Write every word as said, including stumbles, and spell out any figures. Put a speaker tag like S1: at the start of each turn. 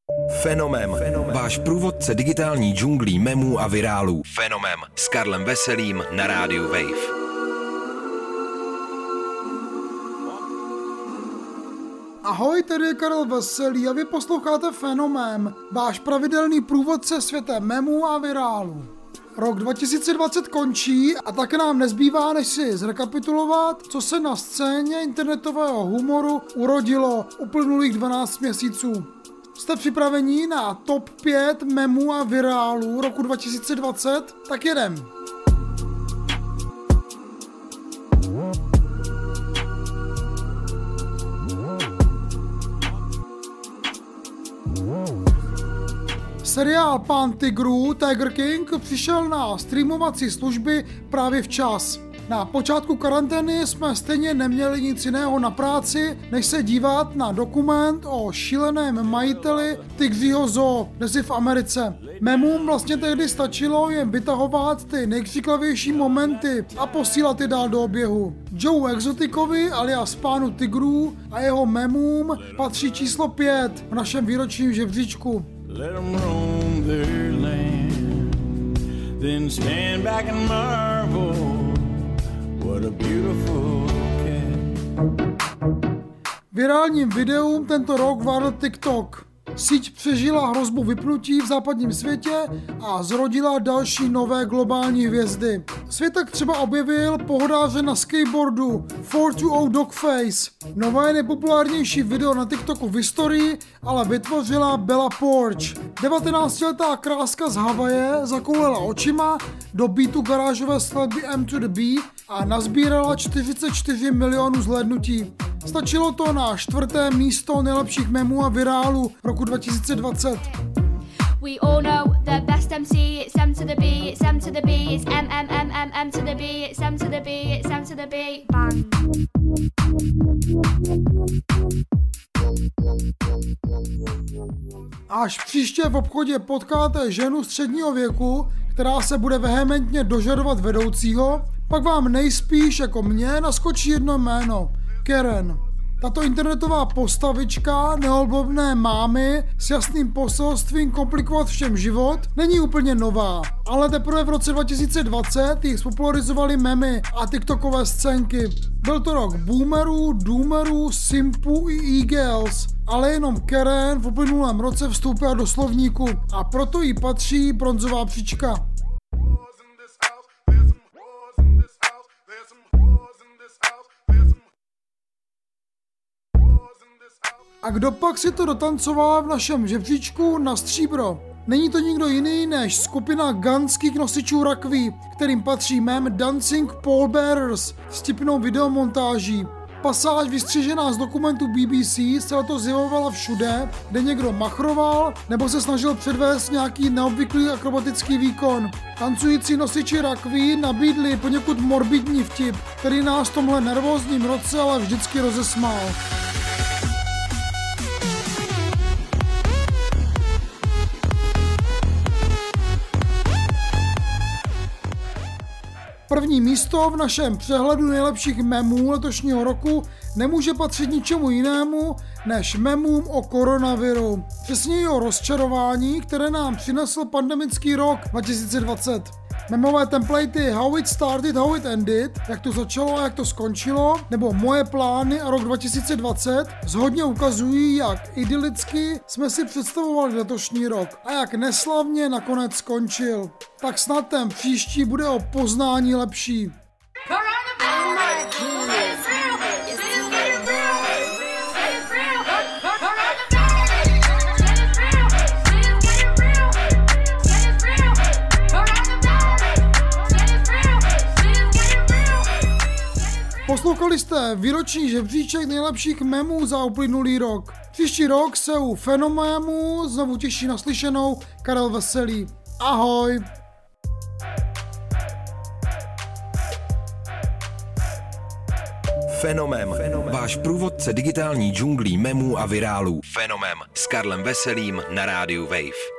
S1: Fenomem. Fenomem. Váš průvodce digitální džunglí memů a virálů. Fenomem. S Karlem Veselým na rádiu Wave.
S2: Ahoj, tady je Karel Veselý a vy posloucháte Fenomem, váš pravidelný průvodce světem memů a virálů. Rok dva tisíce dvacet končí a tak nám nezbývá, než si zrekapitulovat, co se na scéně internetového humoru urodilo uplynulých dvanáct měsíců. Jste připraveni na top pět memů a virálů roku dva tisíce dvacet? Tak jedem! Seriál Pán tigrů Tiger King přišel na streamovací služby právě včas. Na počátku karantény jsme stejně neměli nic jiného na práci, než se dívat na dokument o šíleném majiteli tygřího zoo, dnes v Americe. Memům vlastně tehdy stačilo jen vytahovat ty nejkřiklavější momenty a posílat je dál do oběhu. Joe Exoticovi alias Pánu tigrů a jeho memům patří číslo pět v našem výročním žebříčku.
S3: Let them roam their land, then stand back and marvel, what a beautiful cat.
S2: Virálním videům tento rok vládl TikTok. Síť přežila hrozbu vypnutí v západním světě a zrodila další nové globální hvězdy. Svět tak třeba objevil pohodáře na skateboardu čtyři dva nula Dogface. Nové nejpopulárnější video na TikToku v historii ale vytvořila Bella Poarch. devatenáctiletá kráska z Havaje zakoulela očima do beatu garážové skladby M to the B a nazbírala čtyřicet čtyři milionů zhlédnutí. Stačilo to na čtvrté místo nejlepších memů a virálů roku dva tisíce dvacet.
S4: We all know the best M C, it's M to the B, it's M to the B, it's M, M, M, M, M to the B, it's M to the B, it's M to the B, bang.
S2: Až příště v obchodě potkáte ženu středního věku, která se bude vehementně dožadovat vedoucího, pak vám nejspíš jako mně naskočí jedno jméno. Karen. Tato internetová postavička neoblobné mámy s jasným poselstvím komplikovat všem život není úplně nová, ale teprve v roce dva tisíce dvacet jich spopularizovaly memy a tiktokové scénky. Byl to rok boomerů, doomerů, simpů i e-girls, ale jenom Karen v uplynulém roce vstoupila do slovníku a proto jí patří bronzová příčka. A kdo pak si to dotancoval v našem žebříčku na stříbro? Není to nikdo jiný než skupina ganských nosičů rakví, kterým patří mem Dancing Pallbearers s vtipnou videomontáží. Pasáž vystřižená z dokumentu B B C se letos zjevovala všude, kde někdo machroval nebo se snažil předvést nějaký neobvyklý akrobatický výkon. Tancující nosiči rakví nabídli poněkud morbidní vtip, který nás v tomhle nervózním roce ale vždycky rozesmál. První místo v našem přehledu nejlepších memů letošního roku nemůže patřit ničemu jinému než memům o koronaviru. Přesně o rozčarování, které nám přinesl pandemický rok dva tisíce dvacet. Memové templatey How it started, how it ended, jak to začalo a jak to skončilo, nebo Moje plány a rok dva tisíce dvacet zhodně ukazují, jak idylicky jsme si představovali letošní rok a jak neslavně nakonec skončil. Tak snad ten příští bude o poznání lepší. Poslouchali jste výroční žebříček nejlepších memů za uplynulý rok. Příští rok se u Fenomému znovu těší naslyšenou Karel Veselý. Ahoj!
S1: Fenomem. Váš průvodce digitální džunglí memů a virálů. Fenomem s Karlem Veselým na rádiu Wave.